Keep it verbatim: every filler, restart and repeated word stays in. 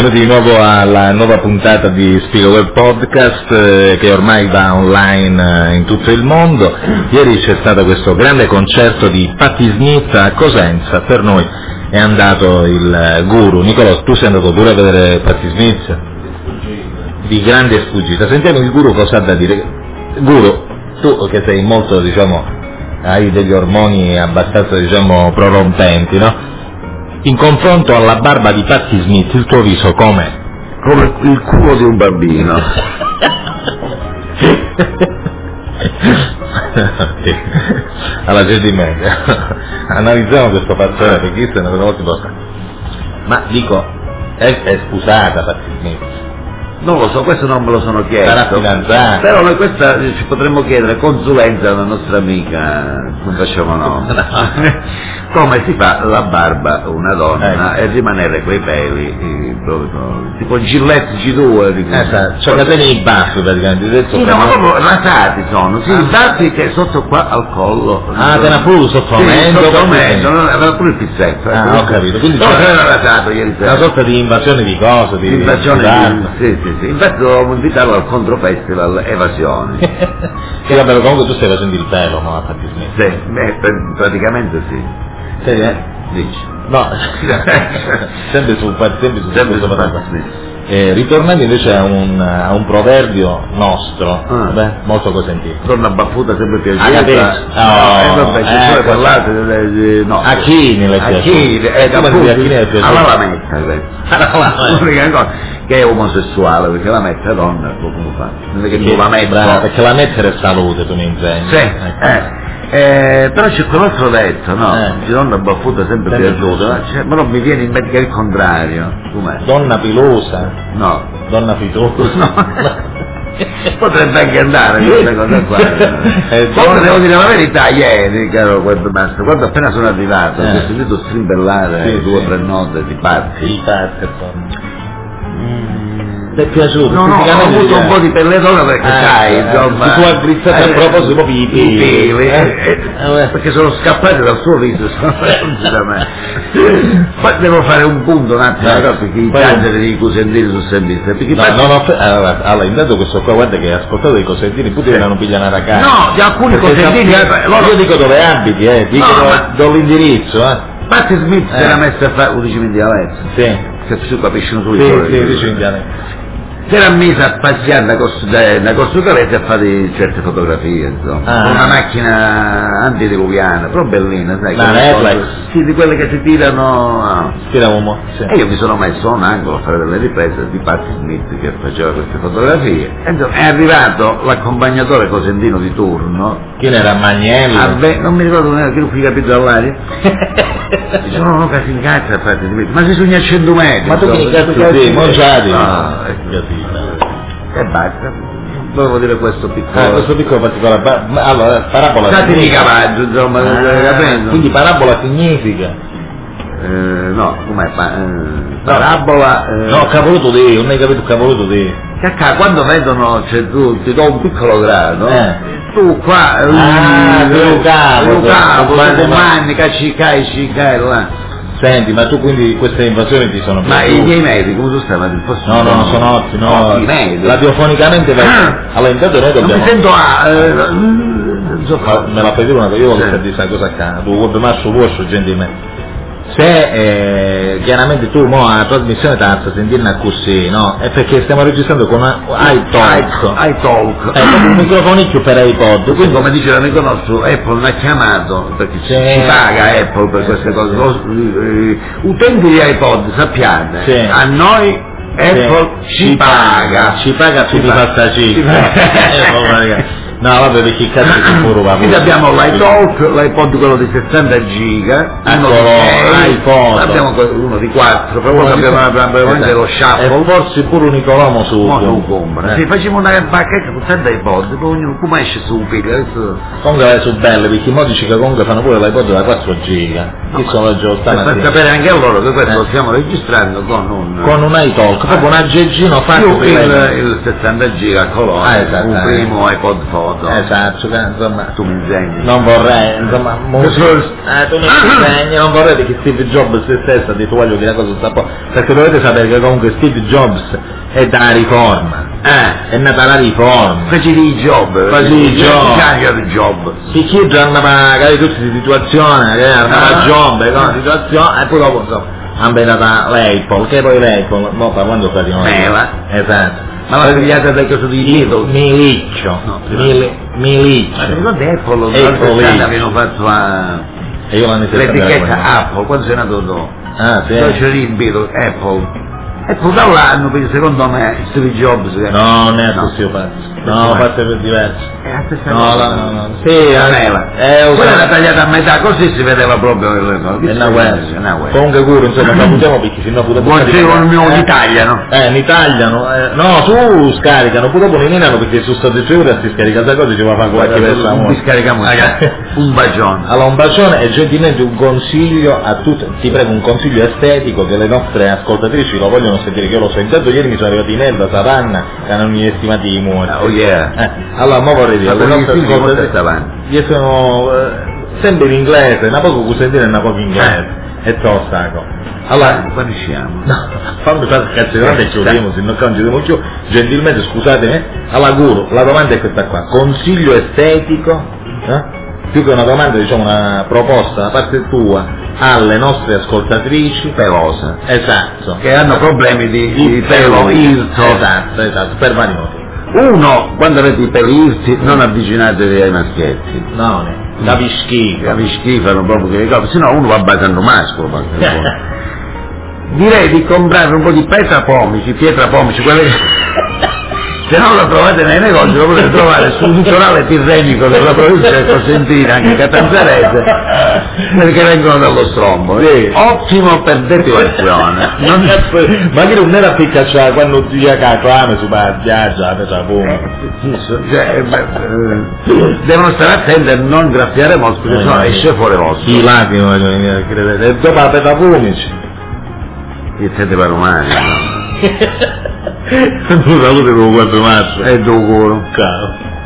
benvenuti di nuovo alla nuova puntata di Spiegavel Podcast eh, che ormai va online eh, in tutto il mondo. Ieri c'è stato questo grande concerto di Patti Smith a Cosenza, per noi è andato il eh, Guru. Nicolò, tu sei andato pure a vedere Patti Smith? Di grande sfuggita. Sentiamo il Guru cosa ha da dire. Guru, tu che sei molto, diciamo, hai degli ormoni abbastanza, diciamo, prorompenti, no? In confronto alla barba di Patti Smith, il tuo viso com'è? Come il culo di un bambino. Alla gente media. Analizziamo questo fattore, perché questo è una cosa molto. Ma dico, è, è sposata Patti Smith? Non lo so, questo non me lo sono chiesto. Sarà fidanzata. Però noi questa ci potremmo chiedere consulenza alla nostra amica, non facciamo nome. No. Come si fa la barba una donna eh. e rimanere quei peli, eh, proprio, tipo Gillette G due. Esatto, cioè catene in basso praticamente. Detto sì, no, ma proprio rasati sono, sì, ah. Bassi che sotto qua al collo. Ah, te ne pure sotto sì, mento? Sotto mento, aveva pure il pizzetto. Ah, ho capito. Quindi non era rasato ieri sera. Una sorta di invasione di cose, di invasione di, sì, sì, sì. Infatti dovevo invitarlo al Contro Festival Evasioni. Sì, vabbè, comunque tu stai facendo il pelo, no? A Patti Smith. Sì, beh, praticamente sì. Sì, eh? Dici. No, sempre su, sempre su, sempre su Patti Smith. Eh, ritornando invece a un, a un proverbio nostro, ah. vabbè, molto consentito. Donna baffuta sempre piaciuta. A capezzo. No, no, vabbè, ci sono parlate, no. A chi ne le piace? A chi? Eh, come a chi ne le piace? Alla lametta, l'unica che è omosessuale, perché la metta è donna, come fa? Non è che tu la metta. Perché la mettere è salute, tu mi insegni. Sì, ecco. eh. Eh, però c'è quell'altro detto, no? Eh. Donna baffuta sempre, sempre piaciuta, cioè, però mi viene in mente che è il contrario. Com'è? Donna pilosa? No. Donna fitosa? No. Potrebbe anche andare questa cosa qua. eh, Poi donna... devo dire la verità, ieri, caro webmaster, quando appena sono arrivato, eh. ho sentito strimpellare sì, due o sì. tre note di Patti. Di Patti. Ti è piaciuto? No, no, ho avuto un po' di pelletona perché eh, sai, eh, insomma. Tu hai grizzato eh, a proposito proprio i peli. peli eh, eh, perché sono scappati dal suo viso, sono venuti da me. Poi devo fare un punto un attimo, no, perché i piangere dei cosentini sono sempre perché no, no, no, allora, allora, intanto questo qua, guarda che ha ascoltato dei cosentini, poi sì. non pigliano una ragazza. No, di alcuni perché cosentini. Loro... Io dico dove abiti, eh, dico no, do, ma... do l'indirizzo, eh. Patti Smith si era messa a fare, dici in dialetto. Sì. Che tu capisci tu sì, sì, dici in dialetto. Si era messa a passare da Corso Calese a fare certe fotografie, insomma, ah. con una macchina antediluviana, però bellina, sai? La reflex? Sì, di quelle che si tirano. No. Tiravamo, sì. E io mi sono messo a un angolo a fare delle riprese di Patti Smith che faceva queste fotografie. E insomma, è arrivato l'accompagnatore cosentino di turno. Chi era Magnello? Ah, beh, non mi ricordo neanche, che non fui capito dall'aria. Dice, no, no, cazzo di cazzo a Patti Smith, ma si sogna a cento metri. Ma tu che cazzo di mangiati? No, ecco. E basta, volevo dire questo piccolo ah, questo piccolo particolare ba- ma, allora parabola Stati di cavaggio insomma ah, quindi parabola significa eh, no com'è pa- eh, parabola eh, no cavoluto di non hai capito cavoluto di cacca quando vedono cioè, tu ti do un piccolo grado eh. tu qua ah tu lo cavo tu manni cacci cai ci cai là. Senti, ma tu quindi queste invasioni ti sono piaciute? Ma i miei medici, come tu stai? Ma no, no, non sono ottimi, no. I medici. Radiofonicamente ah. allora intanto noi dobbiamo. Non mi sento a. Eh, ma me la fai dire una cosa, io voglio sì. sapere sai cosa accade, tu vuoi masso vostro gentilmente. Se eh, chiaramente tu mo la trasmissione tazza sentirne così, no? È perché stiamo registrando con iTalk. iTalk. È proprio un microfonicchio per iPod. Quindi, quindi come dice l'amico nostro, Apple non ha chiamato, perché sì. si paga Apple per queste cose. Lo, eh, utenti di iPod, sappiate, sì. a noi Apple sì. ci paga. Ci paga più di passaci. No, vabbè, perché il cazzo di puro va. Quindi abbiamo l'iTalk, l'iPod quello di sessanta giga, uno l'iPod, abbiamo uno di quattro, però poi abbiamo veramente lo shuffle. E forse pure un Nicolomo su compra. Se facciamo una bacchetta con sette iPod, poi ognuno come esce su un piglio. Comunque sono belle, perché i modici che comunque fanno pure l'iPod da quattro giga. Chi sono già per sapere anche a loro che questo lo stiamo registrando con un con un iTalk, proprio un aggeggino fatto il sessanta giga a colore, un primo iPod four. Esatto, insomma tu mi insegni non vorrei insomma molto, eh, tu mi insegni non vorrei perché questi Steve Jobs stesso ha detto voglio che la cosa sta po', perché dovete sapere che comunque Steve Jobs è dalla riforma, eh. è nata la riforma, facevi i job, facevi i job, carica di job, si chi già andava a tutte queste situazioni, che andava a job, con situazione, e poi dopo insomma hanno benato l'Apple, che poi l'Apple, no, parlando fra di noi, Mela, esatto. Ma la pigliata del caso di Lido? Miliccio, no, Mili, Miliccio. Ma ti ricordi Apple? Apple avevano fatto a... E io l'anno l'etichetta Apple, quando sei nato tu? Ah, sì. Poi c'era il Beatles, Apple. Apple da l'anno, perché secondo me Steve Jobs... No, non è così io faccio. No, fate per diverso. È la stessa no, cosa. No, no, no. Sì, la mela. Eh, Quella era tagliata a metà, così si vedeva proprio... È una guerra. Comunque curo, insomma, non buttiamo perché sennò pure... Buongiorno il mio, in Italia, no? Eh, in Italia, eh, no, su scaricano, pure dopo non inano perché su sto dieci euro si scarica da cosa ci va a fare qualche versa. Un scarichiamo un bacione. Allora un bacione e gentilmente un consiglio a tutti, ti prego un consiglio estetico che le nostre ascoltatrici lo vogliono sentire, che io lo so. Intanto ieri mi sono arrivati email da Savanna che hanno gli estimati i muori. Oh yeah. Eh, allora mo vorrei dire, alle nostre ascoltatrici, io sono eh, sempre in inglese, una poco cusentino e una poco in inglese. E tosta, allora, quando usciamo? No, fammi fare il cazzellone e chiudiamo, se non cangiamo più, gentilmente scusatemi, alla guru, la domanda è questa qua, consiglio estetico, eh? più che una domanda, diciamo una proposta da parte tua alle nostre ascoltatrici pelose, esatto, che hanno problemi di, di, di pelo irto, esatto, esatto, per vari motivi. Uno, quando avete i peli irti, non avvicinatevi ai maschietti. No, no. Capi schifo. Capi schifano proprio che ricordo, se no uno va basando mascolo. Direi di comprare un po' di pietra pomici, pietra pomici, quelle se non lo trovate nei negozi lo potete trovare sul litorale tirrenico della provincia di Cosentina, anche Catanzarese, perché vengono dallo strombo. Sì. Ottimo per depilazione. Non... Ma che non era più cacciare quando ti cacciare su la spiaggia, la eh, cioè, beh, eh, devono stare attenti a non graffiare mosche, perché sennò esce fuori mosche. Sì, latino, credete. E dopo la petapumici. E siete per umani, no? Tu salute con quattro marzo. E dopo. Ciao.